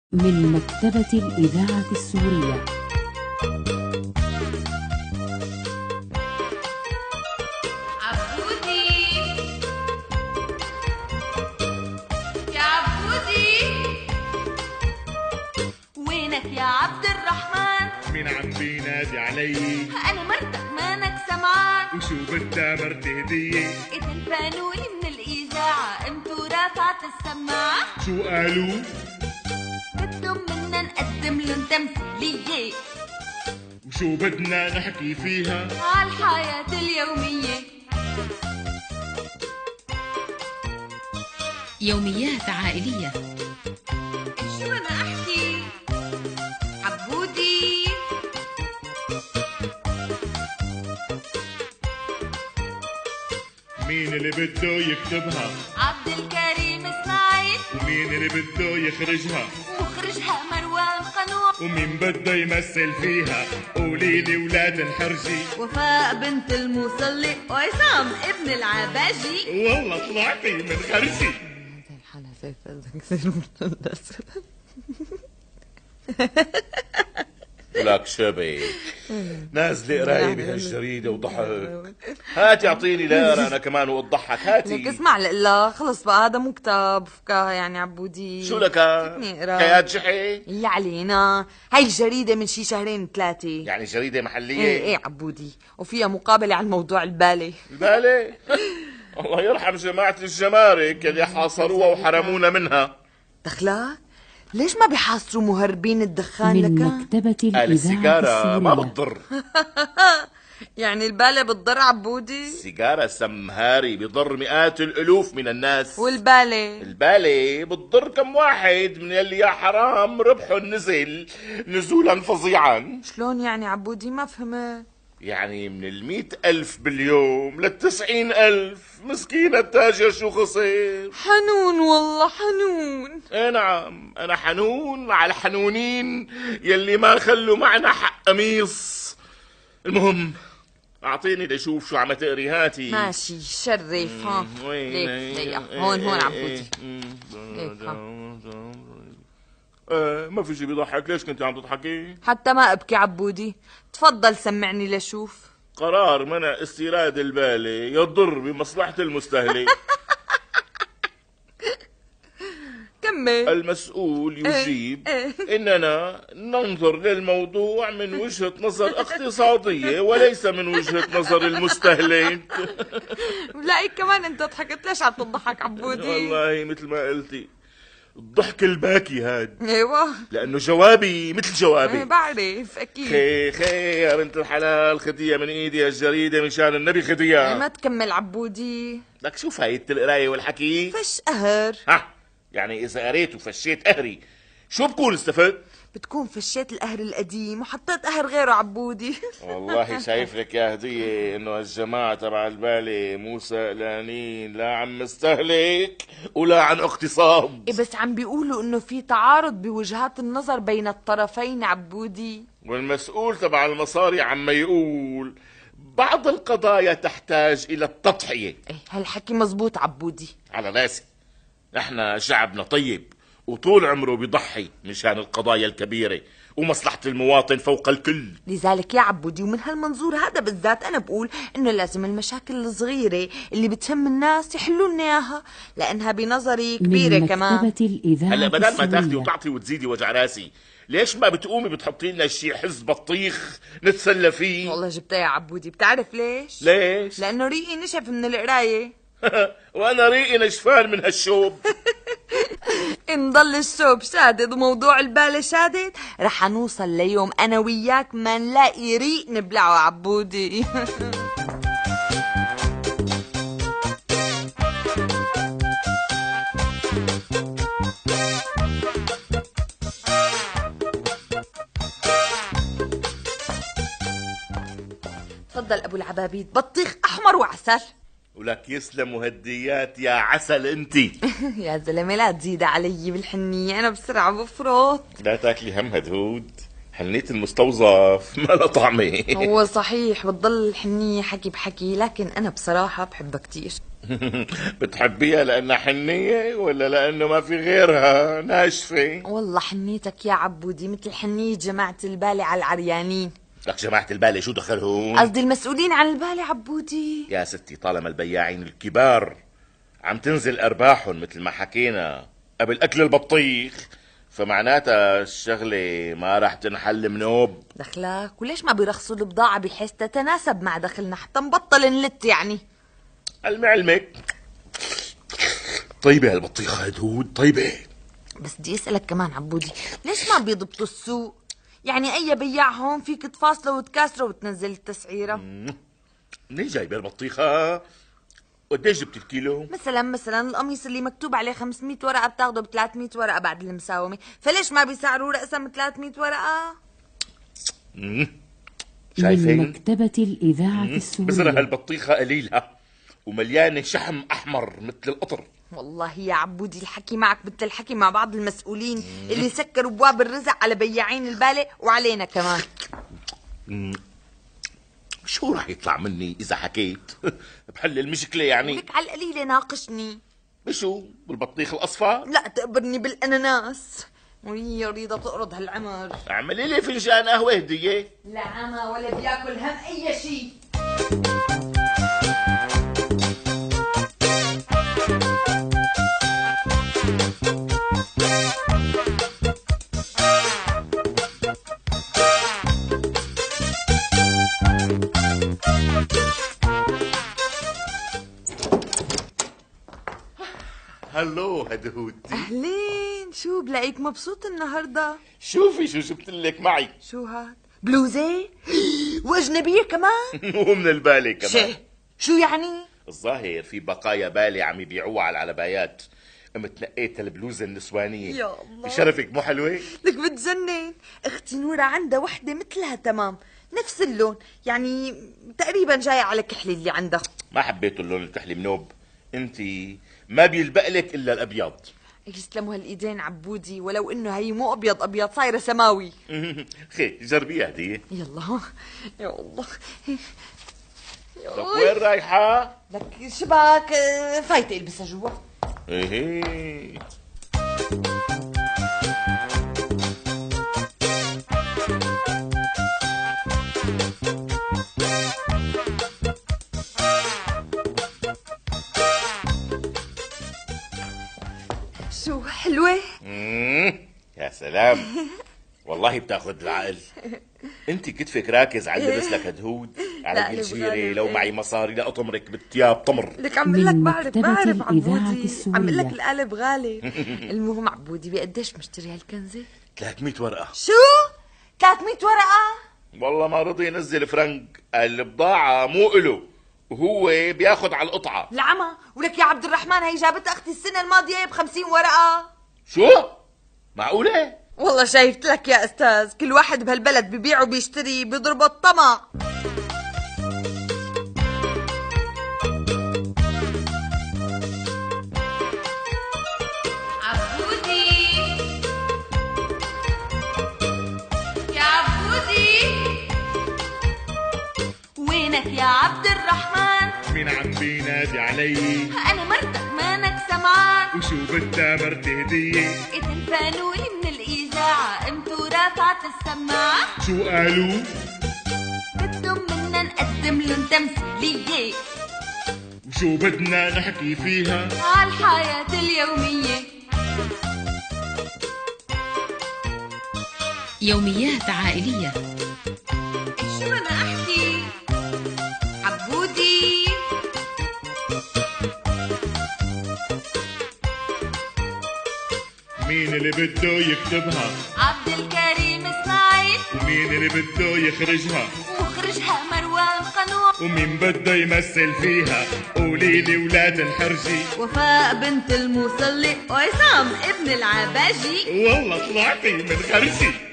من مكتبة الإذاعة السورية. عبودي يا عبودي، وينك يا عبد الرحمن؟ مين عم بينادي علي؟ أنا مرتك مانك سمعان. وشو بدها مرتي هدية؟ اتلفانولي من الإذاعة، قمتوا رافعت السماعة. شو قالوا؟ بدهم منا نقدم لهم تمثيلية. وشو بدنا نحكي فيها؟ عالحياة اليومية. يوميات عائلية. شو أنا أحكي؟ عبودي مين اللي بده يكتبها؟ عبد الكريم اسماعيل، ومين اللي بده يخرجها؟ مخرجها مروان قنوع، ومين بده يمثل فيها؟ قولي لي ولا تنحرجي. وفاء بنت المصلي، وعصام ابن العباجي. والله طلعتي من خرجي. هذه الحالة شايفة كثير مندسة. لك شبي نازل قرايه بهالجريده وضحك. هاتي اعطيني لا انا كمان واضحك. لك هاتي. اسمع لا خلص بقى، هذا مو كتاب فكاهة يعني عبودي. شو لك؟ فيتني اقرا. حكايات جحي؟ اللي علينا هاي الجريدة من شي شهرين ثلاثة. يعني جريده محليه؟ ايه عبودي، وفيها مقابلة عن موضوع البالي. بالي. الله يرحم جماعه الجمارك اللي حاصروها وحرمونا منها. دخلك ليش ما بيحاصروا مهربين الدخان من لك؟ مكتبة قال الإذاعة السيجاره ما السورية. بتضر. يعني البالة بتضر عبودي؟ السيجاره سمهاري بيضر مئات الالوف من الناس. والبالة؟ البالي بتضر كم واحد من اللي يا حرام ربحه نزل نزولا فظيعا. شلون يعني عبودي؟ ما فهمت. يعني من 100,000 باليوم ل90,000. مسكينة التاجر شو خسر. حنون والله حنون. ايه نعم، انا حنون على الحنونين يلي ما خلوا معنا حق قميص. المهم اعطيني لشوف شو عم تقري. هاتي. ماشي شرف. ها ليك هون عبودي. ليك ما في شي بيضحك. ليش كنت عم تضحكي؟ حتى ما ابكي عبودي. تفضل سمعني لشوف. قرار منع استيراد البالي يضر بمصلحة المستهلك. كمل. المسؤول يجيب إننا ننظر للموضوع من وجهة نظر اقتصادية وليس من وجهة نظر المستهلك. لاقيك كمان انت ضحكت. ليش عم تضحك عبودي؟ والله مثل ما قلتي الضحك الباكي هاد. ايوه لأنه جوابي مثل جوابي. بعرف اكيد. خي يا بنت الحلال، خديها من ايدي الجريدة مشان النبي خديها. ما تكمل عبودي. لك شو فايدة القراية والحكي؟ فش قهر. ها يعني إذا قريت وفشيت قهري شو بكون استفدت؟ بتكون فشيت القهر القديم وحطيت قهر غيره عبودي. والله شايف لك يا هدية انه الجماعة تبع البالي مو سألانين لا عن مستهلك ولا عن اقتصاد. إيه بس عم بيقولوا انه في تعارض بوجهات النظر بين الطرفين عبودي. والمسؤول تبع المصاري عم يقول بعض القضايا تحتاج الى التضحية. ايه هالحكي مزبوط عبودي. على راسي، نحن شعبنا طيب وطول عمره بيضحي مشان القضايا الكبيرة ومصلحة المواطن فوق الكل. لذلك يا عبودي ومن هالمنظور هذا بالذات أنا بقول إنه لازم المشاكل الصغيرة اللي بتهم الناس يحلوا لنا إياها، لأنها بنظري كبيرة من كمان. مكتبة الإذاعة هلا بدل ما تاخدي السورية. وتعطي وتزيدي وجع راسي، ليش ما بتقومي بتحطي لنا شي حز بطيخ نتسلى فيه؟ والله جبتها يا عبودي. بتعرف ليش؟ ليش؟ لأنه ريقي نشف من القراية. وانا ريقي نشفان من هالشوب. إن ضل الشوب شادد وموضوع البالة شادد رح نوصل ليوم أنا وياك ما نلاقي ريق نبلعه عبودي. تفضل أبو العبابيد، بطيخ أحمر وعسل. ولك يسلموا هديات يا عسل انتي. يا زلمة لا تزيد علي بالحنية، أنا بسرعة بفرط. لا تاكلي هم هدهود، حنية المستوظف ما لها طعمة. هو صحيح بتضل الحنية حكي بحكي، لكن أنا بصراحة بحبها كتير. بتحبيها لأنها حنية ولا لأنه ما في غيرها ناشفة؟ والله حنيتك يا عبودي مثل حنية جماعة البالي على العريانين. لك جماعة البالي شو دخلهم؟ قصدي المسؤولين عن البالي عبودي. يا ستي طالما البياعين الكبار عم تنزل أرباحهم مثل ما حكينا قبل أكل البطيخ، فمعناتها الشغلة ما راح تنحل منوب. دخلك وليش ما بيرخصوا البضاعة بحيث تتناسب مع دخلنا حتى نبطل نلت يعني. علمك طيبة هالبطيخة هدهود طيبة. بس بدي اسألك كمان عبودي، ليش ما بيضبطوا السوق؟ يعني اي بياع هون فيك تفاصله وتكاسره وتنزل التسعيرة. منين جايبة البطيخة؟ قديش جبت الكيلو؟ مثلا القميص اللي مكتوب عليه 500 ورقة بتاخده ب 300 ورقة بعد المساومة، فليش ما بيسعروا رأسا 300 ورقة؟ شايفين؟ من مكتبة الإذاعة بصراحة السورية. هالبطيخة قليلة ومليانة شحم أحمر مثل القطر. والله يا عبودي الحكي معك مثل الحكي مع بعض المسؤولين اللي سكروا ابواب الرزق على بياعين البالة وعلينا كمان. شو رح يطلع مني إذا حكيت؟ بحل المشكلة يعني. لك على القليلة ناقشني. بشو؟ بالبطيخ الأصفر؟ لا تقبرني بالأناناس. وهي ريضة بتقرض هالعمر. اعملي لي فنجان قهوة هدية. لا عمى ولا بياكل هم أي شيء. هلو هدهودتي. أهلين، شو بلاقيك مبسوط النهاردة؟ شوفي شو جبت لك معي. شو هاد؟ بلوزة؟ وأجنبية كمان؟ ومن البالي كمان. شو يعني؟ الظاهر في بقايا بالي عم يبيعوها على العلبايات. قمت نقيت البلوزة النسوانية. يا الله. بشرفك مو حلوة؟ لك بتجنن. اختي نورة عندها وحدة مثلها تمام، نفس اللون، يعني تقريبا جاية على كحلي اللي عندها. ما حبيت اللون الكحلي منوب. انتي ما بيلبقلك الا الابيض. يسلموا هالايدين عبودي، ولو انه هي مو ابيض ابيض، صايره سماوي. خي جربيها هدية. يلا يا الله. لك وين رايحة؟ لك شباك فايته البسها جوا. ايه شو حلوه؟ يا سلام. والله بتاخذ العقل. انت كتفك راكز على اللبس لك هدهود. على لا، الجيري لو معي مصاري لاطمرك بالتياب تمر. لك عم لك من بعرف مكتبة بعرف الإذاعة عبودي، السورية. عم لك القلب غالي. المهم عبودي بقديش مشتري هالكنزه؟ 300 ورقة. شو؟ 300 ورقه؟ والله ما رضي ينزل فرنك. البضاعة مو إله وهو بياخد على القطعة. العمى. ولك يا عبد الرحمن هي جابتها اختي السنه الماضيه ب50 ورقه. شو؟ معقولة؟ والله شايفت لك يا استاذ، كل واحد بهالبلد ببيع وبيشتري بيضرب الطمع. عبودي يا عبودي، وينك يا عبد الرحمن؟ مين عم بينادي علي؟ أنا مرتك مانك سمعان. وشو بدها مرتي هدية؟ اتلفانولي من الإذاعة، قمت ورافعت السماعة. شو قالوا؟ بدهم منا نقدم لهم تمثيلية وشو بدنا نحكي فيها؟ عالحياة اليومية. يوميات عائلية. شو أنا أحكي؟ عبودي مين اللي بده يكتبها؟ عبد الكريم اسماعيل، ومين اللي بده يخرجها؟ مخرجها مروان قنوع، ومين بده يمثل فيها؟ قولي لي ولاد الحرجي. وفاء بنت المصلي، وعصام ابن العباجي. والله طلعتي من خرجي.